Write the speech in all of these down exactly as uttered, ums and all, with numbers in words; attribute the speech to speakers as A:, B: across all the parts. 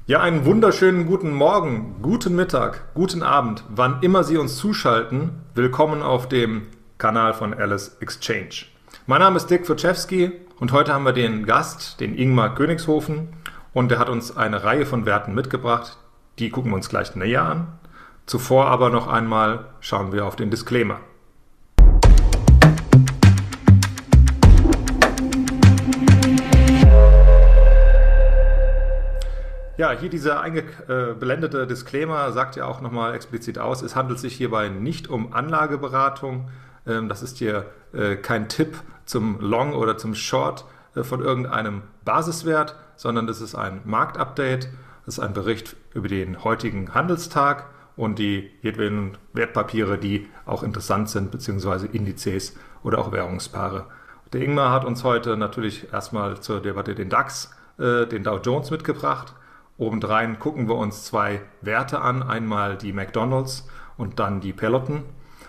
A: Ja, einen wunderschönen guten Morgen, guten Mittag, guten Abend, wann immer Sie uns zuschalten. Willkommen auf dem Kanal von Alice Exchange. Mein Name ist Dirk Wojciechowski und heute haben wir den Gast, den Ingmar Königshofen, und der hat uns eine Reihe von Werten mitgebracht. Die gucken wir uns gleich näher an. Zuvor aber noch einmal schauen wir auf den Disclaimer. Ja, hier dieser eingeblendete Disclaimer sagt ja auch nochmal explizit aus, es handelt sich hierbei nicht um Anlageberatung. Das ist hier kein Tipp zum Long oder zum Short von irgendeinem Basiswert, sondern das ist ein Marktupdate, das ist ein Bericht über den heutigen Handelstag und die jedweden Wertpapiere, die auch interessant sind, beziehungsweise Indizes oder auch Währungspaare. Der Ingmar hat uns heute natürlich erstmal zur Debatte den DAX, den Dow Jones mitgebracht. Obendrein gucken wir uns zwei Werte an, einmal die McDonald's und dann die Peloton.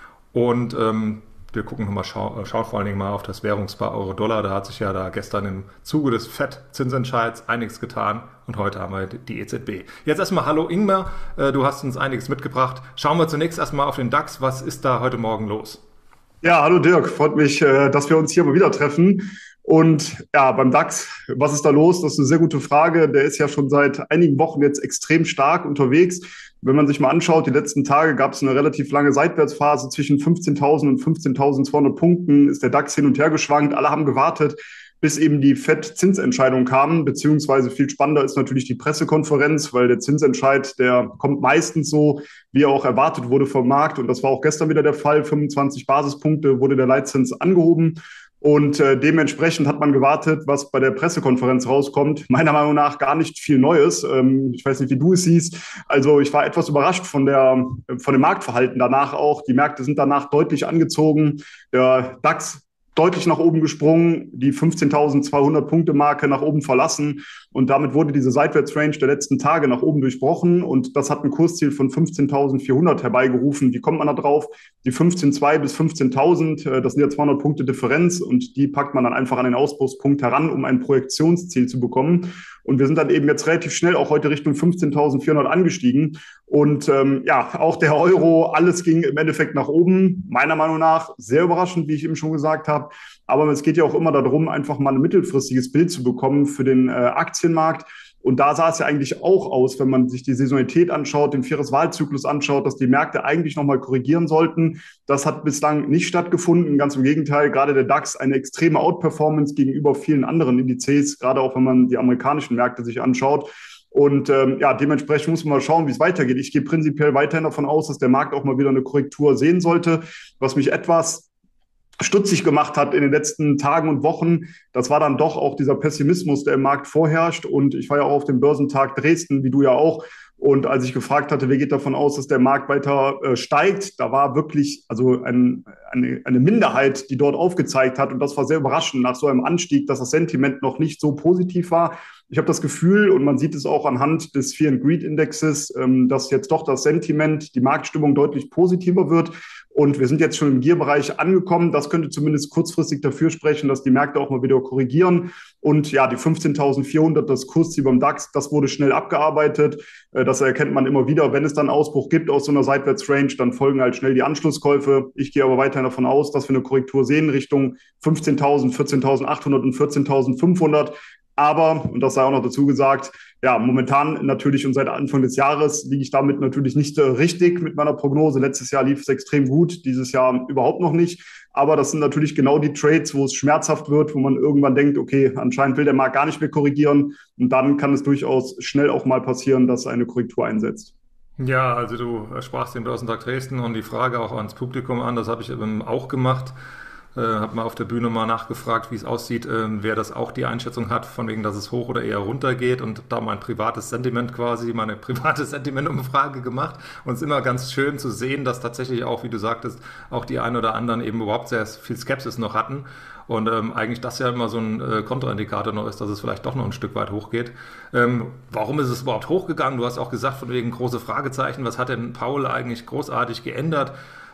A: Und ähm, wir gucken nochmal, schau, schauen vor allen Dingen mal auf das Währungspaar Euro-Dollar. Da hat sich ja da gestern im Zuge des Fed-Zinsentscheids einiges getan und heute haben wir die E Z B. Jetzt erstmal hallo Ingmar, äh, du hast uns einiges mitgebracht. Schauen wir zunächst erstmal auf den DAX. Was ist da heute Morgen los?
B: Ja, hallo Dirk, freut mich, äh, dass wir uns hier mal wieder treffen. Und ja, beim DAX, was ist da los? Das ist eine sehr gute Frage. Der ist ja schon seit einigen Wochen jetzt extrem stark unterwegs. Wenn man sich mal anschaut, die letzten Tage gab es eine relativ lange Seitwärtsphase zwischen fünfzehntausend und fünfzehntausendzweihundert Punkten, ist der DAX hin und her geschwankt. Alle haben gewartet, bis eben die Fed-Zinsentscheidung kam, beziehungsweise viel spannender ist natürlich die Pressekonferenz, weil der Zinsentscheid, der kommt meistens so, wie er auch erwartet wurde vom Markt. Und das war auch gestern wieder der Fall. fünfundzwanzig Basispunkte wurde der Leitzins angehoben. Und äh, dementsprechend hat man gewartet, was bei der Pressekonferenz rauskommt. Meiner Meinung nach gar nicht viel Neues. Ähm, ich weiß nicht, wie du es siehst. Also ich war etwas überrascht von der, von dem Marktverhalten danach auch. Die Märkte sind danach deutlich angezogen. Der DAX deutlich nach oben gesprungen, die fünfzehntausendzweihundert Punkte Marke nach oben verlassen und damit wurde diese Seitwärtsrange der letzten Tage nach oben durchbrochen und das hat ein Kursziel von fünfzehntausendvierhundert herbeigerufen. Wie kommt man da drauf? Die fünfzehn Komma zwei bis fünfzehntausend, das sind ja zweihundert Punkte Differenz und die packt man dann einfach an den Ausbruchspunkt heran, um ein Projektionsziel zu bekommen. Und wir sind dann eben jetzt relativ schnell auch heute Richtung fünfzehntausendvierhundert angestiegen. Und ähm, ja, auch der Euro, alles ging im Endeffekt nach oben. Meiner Meinung nach sehr überraschend, wie ich eben schon gesagt habe. Aber es geht ja auch immer darum, einfach mal ein mittelfristiges Bild zu bekommen für den äh, Aktienmarkt. Und da sah es ja eigentlich auch aus, wenn man sich die Saisonalität anschaut, den Vierjahreswahlzyklus anschaut, dass die Märkte eigentlich nochmal korrigieren sollten. Das hat bislang nicht stattgefunden. Ganz im Gegenteil, gerade der DAX eine extreme Outperformance gegenüber vielen anderen Indizes, gerade auch wenn man die amerikanischen Märkte sich anschaut. Und ähm, ja, dementsprechend muss man mal schauen, wie es weitergeht. Ich gehe prinzipiell weiterhin davon aus, dass der Markt auch mal wieder eine Korrektur sehen sollte, was mich etwas stutzig gemacht hat in den letzten Tagen und Wochen. Das war dann doch auch dieser Pessimismus, der im Markt vorherrscht. Und ich war ja auch auf dem Börsentag Dresden, wie du ja auch. Und als ich gefragt hatte, wer geht davon aus, dass der Markt weiter äh, steigt, da war wirklich also ein, eine, eine Minderheit, die dort aufgezeigt hat. Und das war sehr überraschend nach so einem Anstieg, dass das Sentiment noch nicht so positiv war. Ich habe das Gefühl, und man sieht es auch anhand des Fear and Greed Indexes, ähm, dass jetzt doch das Sentiment, die Marktstimmung deutlich positiver wird. Und wir sind jetzt schon im Gier-Bereich angekommen. Das könnte zumindest kurzfristig dafür sprechen, dass die Märkte auch mal wieder korrigieren. Und ja, die fünfzehntausendvierhundert, das Kursziel beim DAX, das wurde schnell abgearbeitet. Das erkennt man immer wieder. Wenn es dann Ausbruch gibt aus so einer Seitwärtsrange, dann folgen halt schnell die Anschlusskäufe. Ich gehe aber weiterhin davon aus, dass wir eine Korrektur sehen Richtung fünfzehntausend, vierzehntausendachthundert und vierzehntausendfünfhundert. Aber, und das sei auch noch dazu gesagt, ja, momentan natürlich und seit Anfang des Jahres liege ich damit natürlich nicht äh, richtig mit meiner Prognose. Letztes Jahr lief es extrem gut, dieses Jahr überhaupt noch nicht. Aber das sind natürlich genau die Trades, wo es schmerzhaft wird, wo man irgendwann denkt, okay, anscheinend will der Markt gar nicht mehr korrigieren. Und dann kann es durchaus schnell auch mal passieren, dass eine Korrektur einsetzt.
A: Ja, also du sprachst den Börsentag Dresden und die Frage auch ans Publikum an, das habe ich eben auch gemacht. Äh, habe mal auf der Bühne mal nachgefragt, wie es aussieht, äh, wer das auch die Einschätzung hat, von wegen, dass es hoch oder eher runter geht und da mein privates Sentiment quasi, meine private Sentimentumfrage gemacht und es ist immer ganz schön zu sehen, dass tatsächlich auch, wie du sagtest, auch die einen oder anderen eben überhaupt sehr viel Skepsis noch hatten und ähm, eigentlich das ja immer so ein äh, Kontraindikator noch ist, dass es vielleicht doch noch ein Stück weit hochgeht. Ähm, warum ist es überhaupt hochgegangen? Du hast auch gesagt, von wegen große Fragezeichen, was hat denn Paul eigentlich großartig geändert?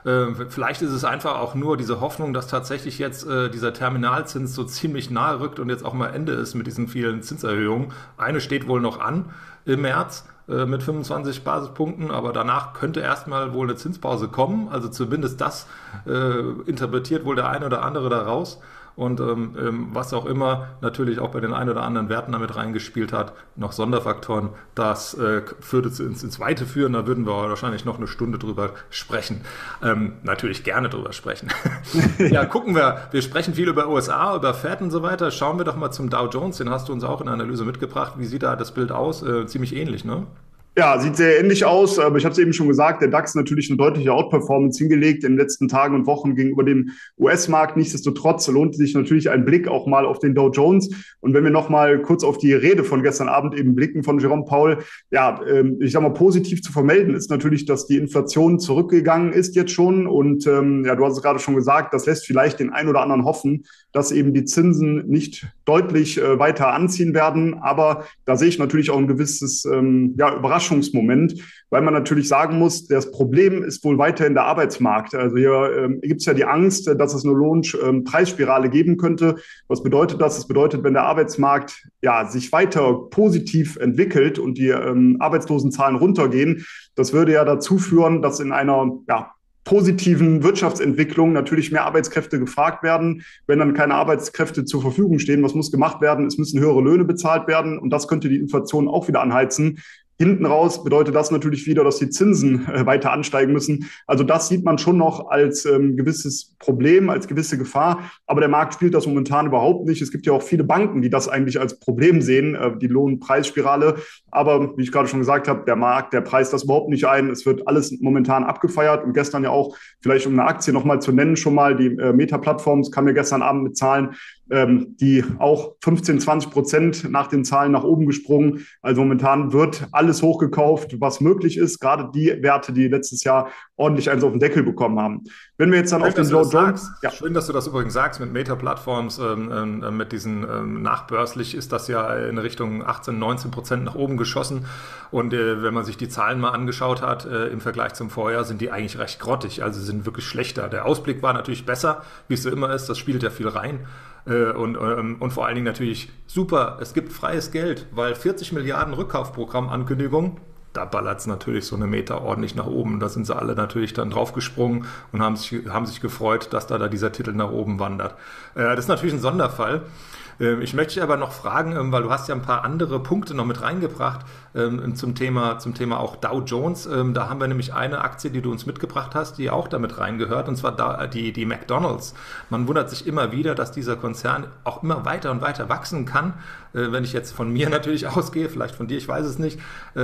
A: Äh, vielleicht ist es einfach auch nur diese Hoffnung, dass tatsächlich jetzt äh, dieser Terminalzins so ziemlich nahe rückt und jetzt auch mal Ende ist mit diesen vielen Zinserhöhungen. Eine steht wohl noch an im März äh, mit fünfundzwanzig Basispunkten, aber danach könnte erstmal wohl eine Zinspause kommen. Also zumindest das äh, interpretiert wohl der eine oder andere daraus. Und ähm, ähm, was auch immer natürlich auch bei den ein oder anderen Werten damit reingespielt hat, noch Sonderfaktoren, das äh, würde ins, ins Weite führen, da würden wir wahrscheinlich noch eine Stunde drüber sprechen. Ähm, natürlich gerne drüber sprechen. Ja, gucken wir, wir sprechen viel über U S A, über Fed und so weiter. Schauen wir doch mal zum Dow Jones, den hast du uns auch in der Analyse mitgebracht. Wie sieht da das Bild aus? Äh, ziemlich ähnlich, ne?
B: Ja, sieht sehr ähnlich aus, aber ich habe es eben schon gesagt, der DAX natürlich eine deutliche Outperformance hingelegt in den letzten Tagen und Wochen gegenüber dem U S-Markt. Nichtsdestotrotz lohnt sich natürlich ein Blick auch mal auf den Dow Jones. Und wenn wir noch mal kurz auf die Rede von gestern Abend eben blicken von Jerome Powell, ja, ich sag mal, positiv zu vermelden ist natürlich, dass die Inflation zurückgegangen ist jetzt schon. Und ähm, ja, du hast es gerade schon gesagt, das lässt vielleicht den einen oder anderen hoffen, dass eben die Zinsen nicht deutlich äh, weiter anziehen werden. Aber da sehe ich natürlich auch ein gewisses ähm, ja, Überraschungsmoment, weil man natürlich sagen muss, das Problem ist wohl weiterhin der Arbeitsmarkt. Also hier ähm, gibt es ja die Angst, dass es eine Lohnpreisspirale ähm, geben könnte. Was bedeutet das? Das bedeutet, wenn der Arbeitsmarkt ja, sich weiter positiv entwickelt und die ähm, Arbeitslosenzahlen runtergehen, das würde ja dazu führen, dass in einer ja, positiven Wirtschaftsentwicklung natürlich mehr Arbeitskräfte gefragt werden. Wenn dann keine Arbeitskräfte zur Verfügung stehen, was muss gemacht werden? Es müssen höhere Löhne bezahlt werden und das könnte die Inflation auch wieder anheizen. Hinten raus bedeutet das natürlich wieder, dass die Zinsen äh, weiter ansteigen müssen. Also das sieht man schon noch als ähm, gewisses Problem, als gewisse Gefahr. Aber der Markt spielt das momentan überhaupt nicht. Es gibt ja auch viele Banken, die das eigentlich als Problem sehen, äh, die Lohnpreisspirale. Aber wie ich gerade schon gesagt habe, der Markt, der preist das überhaupt nicht ein. Es wird alles momentan abgefeiert. Und gestern ja auch, vielleicht um eine Aktie nochmal zu nennen, schon mal die äh, Meta-Plattforms kam ja gestern Abend mit Zahlen, ähm, die auch fünfzehn, zwanzig Prozent nach den Zahlen nach oben gesprungen. Also momentan wird alles hochgekauft, was möglich ist. Gerade die Werte, die letztes Jahr ordentlich eins auf den Deckel bekommen haben. Wenn wir jetzt dann Schön, auf den Dow Jones...
A: Ja. Schön, dass du das übrigens sagst mit Meta-Plattforms, ähm, äh, mit diesen ähm, nachbörslich ist das ja in Richtung achtzehn, neunzehn Prozent nach oben geschossen. Und äh, wenn man sich die Zahlen mal angeschaut hat, äh, im Vergleich zum Vorjahr, sind die eigentlich recht grottig. Also sie sind wirklich schlechter. Der Ausblick war natürlich besser, wie es so immer ist. Das spielt ja viel rein. Und, und, und vor allen Dingen natürlich super, es gibt freies Geld, weil vierzig Milliarden Rückkaufprogramm-Ankündigung, da ballert es natürlich so eine Meter ordentlich nach oben. Da sind sie alle natürlich dann draufgesprungen und haben sich, haben sich gefreut, dass da, da dieser Titel nach oben wandert. Das ist natürlich ein Sonderfall. Ich möchte dich aber noch fragen, weil du hast ja ein paar andere Punkte noch mit reingebracht zum Thema, zum Thema auch Dow Jones. Da haben wir nämlich eine Aktie, die du uns mitgebracht hast, die auch damit reingehört, und zwar die, die McDonald's. Man wundert sich immer wieder, dass dieser Konzern auch immer weiter und weiter wachsen kann. Wenn ich jetzt von mir natürlich ausgehe, vielleicht von dir, ich weiß es nicht.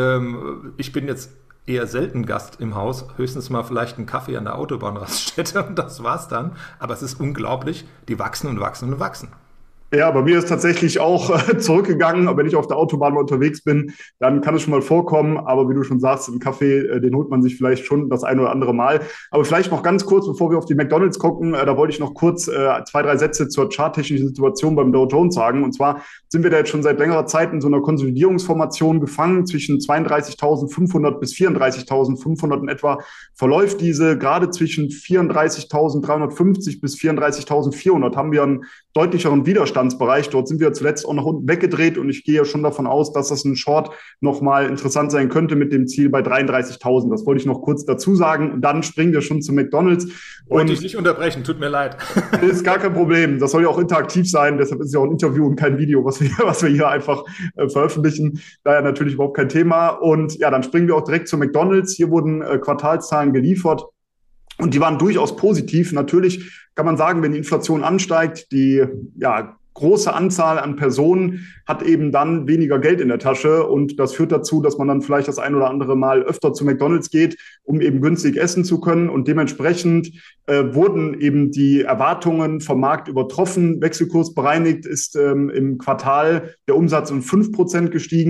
A: Ich bin jetzt eher selten Gast im Haus, höchstens mal vielleicht einen Kaffee an der Autobahnraststätte und das war's dann. Aber es ist unglaublich, die wachsen und wachsen und wachsen.
B: Ja, bei mir ist tatsächlich auch äh, zurückgegangen. Aber wenn ich auf der Autobahn mal unterwegs bin, dann kann es schon mal vorkommen. Aber wie du schon sagst, einen Kaffee, äh, den holt man sich vielleicht schon das ein oder andere Mal. Aber vielleicht noch ganz kurz, bevor wir auf die McDonald's gucken, äh, da wollte ich noch kurz äh, zwei, drei Sätze zur charttechnischen Situation beim Dow Jones sagen. Und zwar sind wir da jetzt schon seit längerer Zeit in so einer Konsolidierungsformation gefangen. Zwischen zweiunddreißigtausendfünfhundert bis vierunddreißigtausendfünfhundert in etwa verläuft diese. Gerade zwischen vierunddreißigtausenddreihundertfünfzig bis vierunddreißigtausendvierhundert haben wir einen deutlicheren Widerstandsbereich. Dort sind wir zuletzt auch nach unten weggedreht und ich gehe ja schon davon aus, dass das ein Short nochmal interessant sein könnte mit dem Ziel bei dreiunddreißigtausend. Das wollte ich noch kurz dazu sagen und dann springen wir schon zu McDonald's.
A: Wollte ich nicht unterbrechen, tut mir leid.
B: Ist gar kein Problem. Das soll ja auch interaktiv sein, deshalb ist es ja auch ein Interview und kein Video, was wir, was wir hier einfach äh, veröffentlichen. Daher natürlich überhaupt kein Thema. Und ja, dann springen wir auch direkt zu McDonald's. Hier wurden äh, Quartalszahlen geliefert. Und die waren durchaus positiv. Natürlich kann man sagen, wenn die Inflation ansteigt, die ja, große Anzahl an Personen hat eben dann weniger Geld in der Tasche und das führt dazu, dass man dann vielleicht das ein oder andere Mal öfter zu McDonald's geht, um eben günstig essen zu können und dementsprechend äh, wurden eben die Erwartungen vom Markt übertroffen. Wechselkurs bereinigt ist ähm, im Quartal der Umsatz um fünf Prozent gestiegen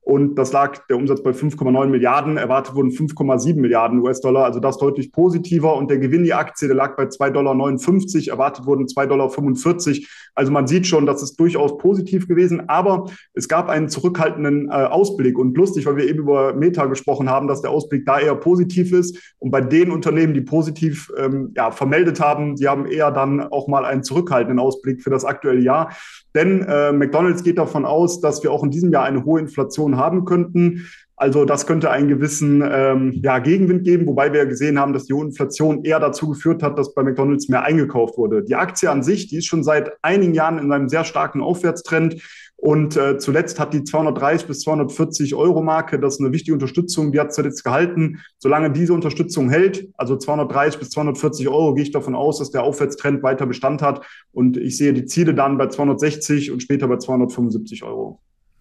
B: und das lag der Umsatz bei fünf Komma neun Milliarden, erwartet wurden fünf Komma sieben Milliarden U S-Dollar, also das deutlich positiver und der Gewinn die Aktie, der lag bei zwei Komma neunundfünfzig Dollar, erwartet wurden zwei Komma fünfundvierzig Dollar, also man sieht schon, das ist durchaus positiv gewesen, aber es gab einen zurückhaltenden äh, Ausblick und lustig, weil wir eben über Meta gesprochen haben, dass der Ausblick da eher positiv ist und bei den Unternehmen, die positiv ähm, ja, vermeldet haben, die haben eher dann auch mal einen zurückhaltenden Ausblick für das aktuelle Jahr. Denn äh, McDonald's geht davon aus, dass wir auch in diesem Jahr eine hohe Inflation haben könnten. Also das könnte einen gewissen ähm, ja, Gegenwind geben, wobei wir gesehen haben, dass die hohe Inflation eher dazu geführt hat, dass bei McDonald's mehr eingekauft wurde. Die Aktie an sich, die ist schon seit einigen Jahren in einem sehr starken Aufwärtstrend. Und äh, zuletzt hat die zweihundertdreißig bis zweihundertvierzig Euro Marke, das ist eine wichtige Unterstützung, die hat zuletzt gehalten. Solange diese Unterstützung hält, also zweihundertdreißig bis zweihundertvierzig Euro, gehe ich davon aus, dass der Aufwärtstrend weiter Bestand hat. Und ich sehe die Ziele dann bei zweihundertsechzig und später bei zweihundertfünfundsiebzig Euro.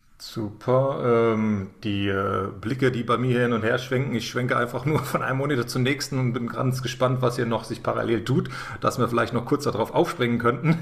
A: Super. Ähm, die äh, Blicke, die bei mir hin und her schwenken, ich schwenke einfach nur von einem Monitor zum nächsten und bin ganz gespannt, was hier noch sich parallel tut, dass wir vielleicht noch kurz darauf aufspringen könnten.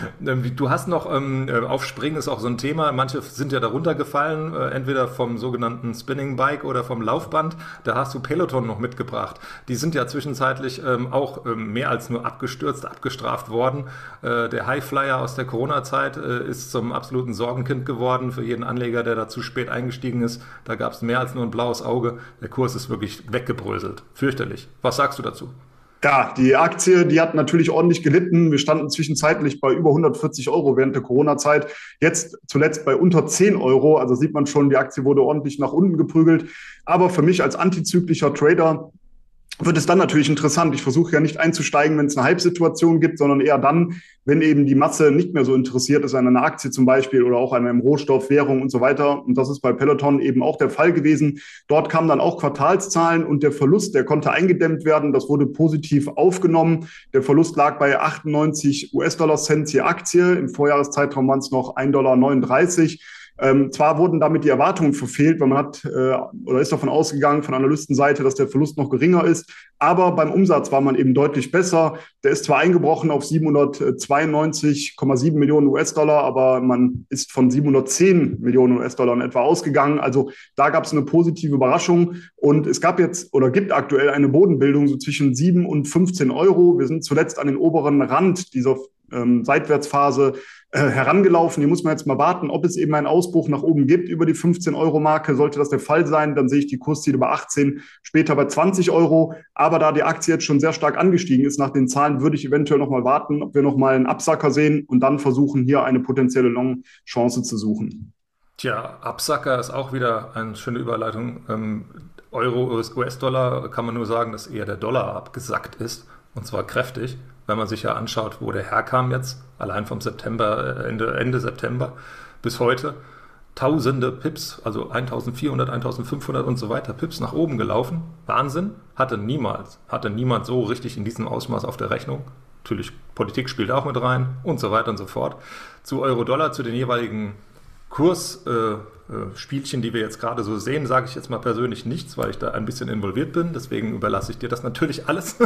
A: Du hast noch, ähm, Aufspringen ist auch so ein Thema, manche sind ja darunter gefallen, äh, entweder vom sogenannten Spinning Bike oder vom Laufband, da hast du Peloton noch mitgebracht. Die sind ja zwischenzeitlich ähm, auch ähm, mehr als nur abgestürzt, abgestraft worden. Äh, der Highflyer aus der Corona-Zeit äh, ist zum absoluten Sorgenkind geworden für jeden Anleger, der da zu spät eingestiegen ist. Da gab es mehr als nur ein blaues Auge. Der Kurs ist wirklich weggebröselt. Fürchterlich. Was sagst du dazu?
B: Ja, die Aktie, die hat natürlich ordentlich gelitten. Wir standen zwischenzeitlich bei über hundertvierzig Euro während der Corona-Zeit. Jetzt zuletzt bei unter zehn Euro. Also sieht man schon, die Aktie wurde ordentlich nach unten geprügelt. Aber für mich als antizyklischer Trader wird es dann natürlich interessant. Ich versuche ja nicht einzusteigen, wenn es eine Hype-Situation gibt, sondern eher dann, wenn eben die Masse nicht mehr so interessiert ist an einer Aktie zum Beispiel oder auch an einem Rohstoff, Währung und so weiter. Und das ist bei Peloton eben auch der Fall gewesen. Dort kamen dann auch Quartalszahlen und der Verlust, der konnte eingedämmt werden. Das wurde positiv aufgenommen. Der Verlust lag bei achtundneunzig US-Dollar-Cent je Aktie. Im Vorjahreszeitraum waren es noch ein Komma neununddreißig Dollar. Ähm, zwar wurden damit die Erwartungen verfehlt, weil man hat äh, oder ist davon ausgegangen von Analystenseite, dass der Verlust noch geringer ist, aber beim Umsatz war man eben deutlich besser. Der ist zwar eingebrochen auf siebenhundertzweiundneunzig Komma sieben Millionen US-Dollar, aber man ist von siebenhundertzehn Millionen US-Dollar in etwa ausgegangen. Also da gab es eine positive Überraschung und es gab jetzt oder gibt aktuell eine Bodenbildung so zwischen sieben und fünfzehn Euro. Wir sind zuletzt an den oberen Rand dieser ähm, Seitwärtsphase herangelaufen. Hier muss man jetzt mal warten, ob es eben einen Ausbruch nach oben gibt über die fünfzehn Euro Marke. Sollte das der Fall sein, dann sehe ich die Kursziele bei achtzehn, später bei zwanzig Euro. Aber da die Aktie jetzt schon sehr stark angestiegen ist nach den Zahlen, würde ich eventuell noch mal warten, ob wir noch mal einen Absacker sehen und dann versuchen, hier eine potenzielle Long-Chance zu suchen.
A: Tja, Absacker ist auch wieder eine schöne Überleitung. Ähm, Euro, U S-Dollar kann man nur sagen, dass eher der Dollar abgesackt ist und zwar kräftig. Wenn man sich ja anschaut, wo der herkam jetzt, allein vom September, Ende, Ende September bis heute, tausende Pips, also eintausendvierhundert, eintausendfünfhundert und so weiter Pips nach oben gelaufen. Wahnsinn, hatte niemals, hatte niemand so richtig in diesem Ausmaß auf der Rechnung. Natürlich, Politik spielt auch mit rein und so weiter und so fort. Zu Euro-Dollar, zu den jeweiligen Kursspielchen, äh, die wir jetzt gerade so sehen, sage ich jetzt mal persönlich nichts, weil ich da ein bisschen involviert bin. Deswegen überlasse ich dir das natürlich alles.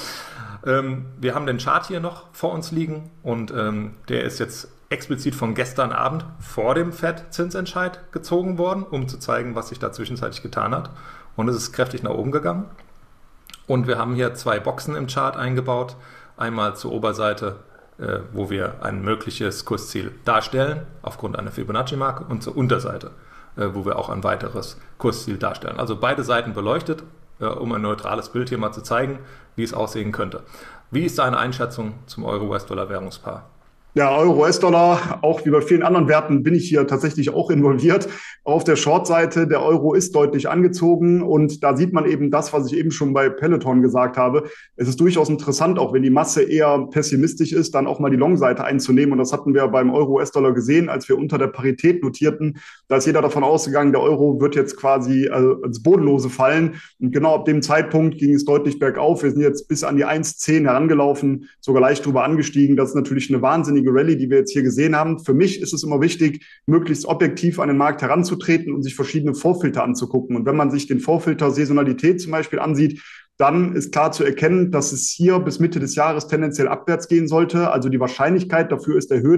A: ähm, wir haben den Chart hier noch vor uns liegen und ähm, der ist jetzt explizit von gestern Abend vor dem Fed-Zinsentscheid gezogen worden, um zu zeigen, was sich da zwischenzeitlich getan hat. Und es ist kräftig nach oben gegangen. Und wir haben hier zwei Boxen im Chart eingebaut. Einmal zur Oberseite, äh, wo wir ein mögliches Kursziel darstellen, aufgrund einer Fibonacci-Marke, und zur Unterseite, äh, wo wir auch ein weiteres Kursziel darstellen. Also beide Seiten beleuchtet, äh, um ein neutrales Bild hier mal zu zeigen, wie es aussehen könnte. Wie ist deine Einschätzung zum Euro-U S-Dollar-Währungspaar?
B: Ja, Euro-U S-Dollar, auch wie bei vielen anderen Werten bin ich hier tatsächlich auch involviert. Auf der Short-Seite, der Euro ist deutlich angezogen und da sieht man eben das, was ich eben schon bei Peloton gesagt habe. Es ist durchaus interessant, auch wenn die Masse eher pessimistisch ist, dann auch mal die Long-Seite einzunehmen. Und das hatten wir beim Euro-U S-Dollar gesehen, als wir unter der Parität notierten. Da ist jeder davon ausgegangen, der Euro wird jetzt quasi also ins Bodenlose fallen. Und genau ab dem Zeitpunkt ging es deutlich bergauf. Wir sind jetzt bis an die eins Komma zehn herangelaufen, sogar leicht drüber angestiegen. Das ist natürlich eine wahnsinnige Rallye, die wir jetzt hier gesehen haben. Für mich ist es immer wichtig, möglichst objektiv an den Markt heranzutreten und sich verschiedene Vorfilter anzugucken. Und wenn man sich den Vorfilter Saisonalität zum Beispiel ansieht, dann ist klar zu erkennen, dass es hier bis Mitte des Jahres tendenziell abwärts gehen sollte. Also die Wahrscheinlichkeit dafür ist erhöht,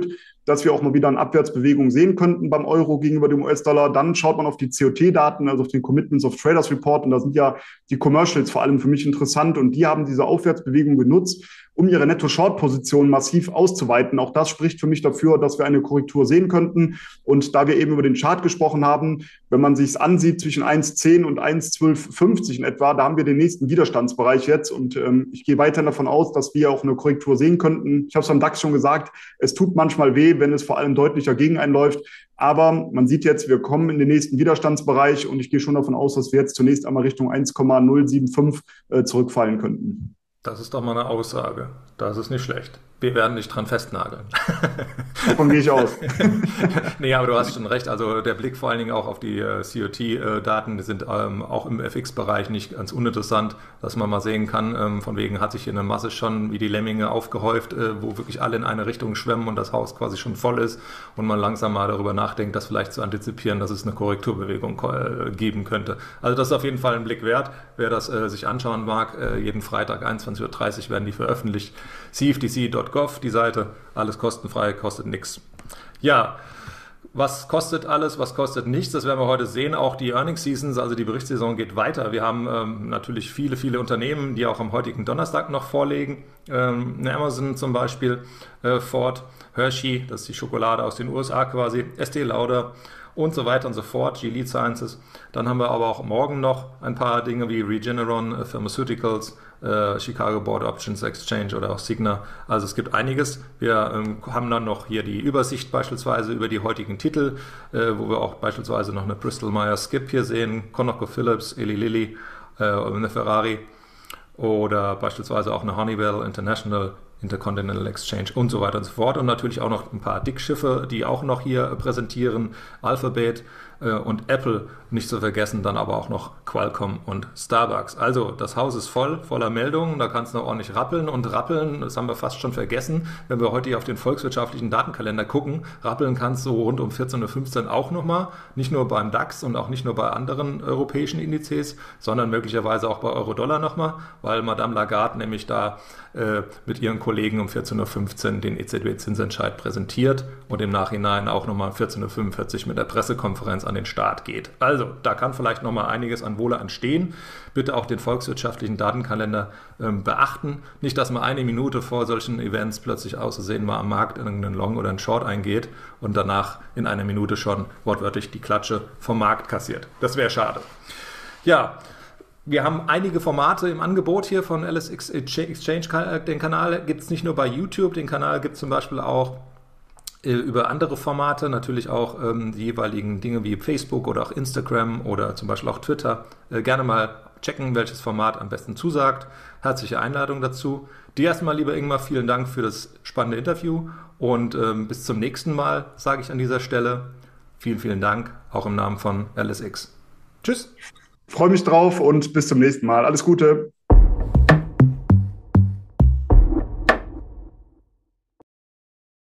B: dass wir auch mal wieder eine Abwärtsbewegung sehen könnten beim Euro gegenüber dem U S-Dollar. Dann schaut man auf die C O T-Daten, also auf den Commitments of Traders Report. Und da sind ja die Commercials vor allem für mich interessant. Und die haben diese Aufwärtsbewegung genutzt, um ihre Netto-Short-Position massiv auszuweiten. Auch das spricht für mich dafür, dass wir eine Korrektur sehen könnten. Und da wir eben über den Chart gesprochen haben, wenn man sich es ansieht zwischen eins Komma zehn und eins Komma zwölf fünfzig in etwa, da haben wir den nächsten Widerstandsbereich jetzt. Und ähm, ich gehe weiterhin davon aus, dass wir auch eine Korrektur sehen könnten. Ich habe es beim DAX schon gesagt, es tut manchmal weh, wenn es vor allem deutlicher gegen einen läuft. Aber man sieht jetzt, wir kommen in den nächsten Widerstandsbereich und ich gehe schon davon aus, dass wir jetzt zunächst einmal Richtung eins Komma null sieben fünf äh, zurückfallen könnten.
A: Das ist doch mal eine Aussage. Das ist nicht schlecht. Wir werden nicht dran festnageln.
B: Davon gehe ich aus.
A: Nee, aber du hast schon recht. Also der Blick vor allen Dingen auch auf die äh, C O T-Daten, die sind ähm, auch im F X-Bereich nicht ganz uninteressant, dass man mal sehen kann, ähm, von wegen hat sich hier eine Masse schon wie die Lemminge aufgehäuft, äh, wo wirklich alle in eine Richtung schwimmen und das Haus quasi schon voll ist und man langsam mal darüber nachdenkt, das vielleicht zu antizipieren, dass es eine Korrekturbewegung äh, geben könnte. Also das ist auf jeden Fall ein Blick wert. Wer das äh, sich anschauen mag, äh, jeden Freitag einundzwanzig Uhr dreißig werden die veröffentlicht. C F T C Punkt gov, die Seite, alles kostenfrei, kostet nichts. Ja, was kostet alles, was kostet nichts, das werden wir heute sehen. Auch die Earnings Seasons, also die Berichtssaison geht weiter. Wir haben ähm, natürlich viele, viele Unternehmen, die auch am heutigen Donnerstag noch vorlegen. Ähm, Amazon zum Beispiel, äh, Ford, Hershey, das ist die Schokolade aus den U S A quasi, Estée Lauder und so weiter und so fort, Gilead Sciences. Dann haben wir aber auch morgen noch ein paar Dinge wie Regeneron äh, Pharmaceuticals, äh, Chicago Board Options Exchange oder auch Cigna. Also es gibt einiges. Wir ähm, haben dann noch hier die Übersicht beispielsweise über die heutigen Titel, äh, wo wir auch beispielsweise noch eine Bristol Myers Squibb hier sehen, ConocoPhillips, Eli Lilly, äh, eine Ferrari oder beispielsweise auch eine Honeywell International, Intercontinental Exchange und so weiter und so fort. Und natürlich auch noch ein paar Dickschiffe, die auch noch hier präsentieren. Alphabet äh, und Apple, nicht zu vergessen, dann aber auch noch Qualcomm und Starbucks. Also das Haus ist voll, voller Meldungen, da kann es noch ordentlich rappeln und rappeln, das haben wir fast schon vergessen. Wenn wir heute hier auf den volkswirtschaftlichen Datenkalender gucken, rappeln kann es so rund um vierzehn Uhr fünfzehn auch nochmal, nicht nur beim DAX und auch nicht nur bei anderen europäischen Indizes, sondern möglicherweise auch bei Euro-Dollar nochmal, weil Madame Lagarde nämlich da äh, mit ihren Kollegen um vierzehn Uhr fünfzehn den E Z B-Zinsentscheid präsentiert und im Nachhinein auch nochmal vierzehn Uhr fünfundvierzig mit der Pressekonferenz an den Start geht. Also, da kann vielleicht nochmal einiges an Wohle anstehen. Bitte auch den volkswirtschaftlichen Datenkalender ähm, beachten. Nicht, dass man eine Minute vor solchen Events plötzlich auszusehen mal am Markt irgendeinen Long oder einen Short eingeht und danach in einer Minute schon wortwörtlich die Klatsche vom Markt kassiert. Das wäre schade. Ja, wir haben einige Formate im Angebot hier von L S X Exchange. Den Kanal gibt es nicht nur bei YouTube, den Kanal gibt es zum Beispiel auch äh, über andere Formate, natürlich auch ähm, die jeweiligen Dinge wie Facebook oder auch Instagram oder zum Beispiel auch Twitter. Äh, gerne mal checken, welches Format am besten zusagt. Herzliche Einladung dazu. Dir erstmal, lieber Ingmar, vielen Dank für das spannende Interview und ähm, bis zum nächsten Mal, sage ich an dieser Stelle. Vielen, vielen Dank, auch im Namen von L S X. Tschüss.
B: Freue mich drauf und bis zum nächsten Mal. Alles Gute.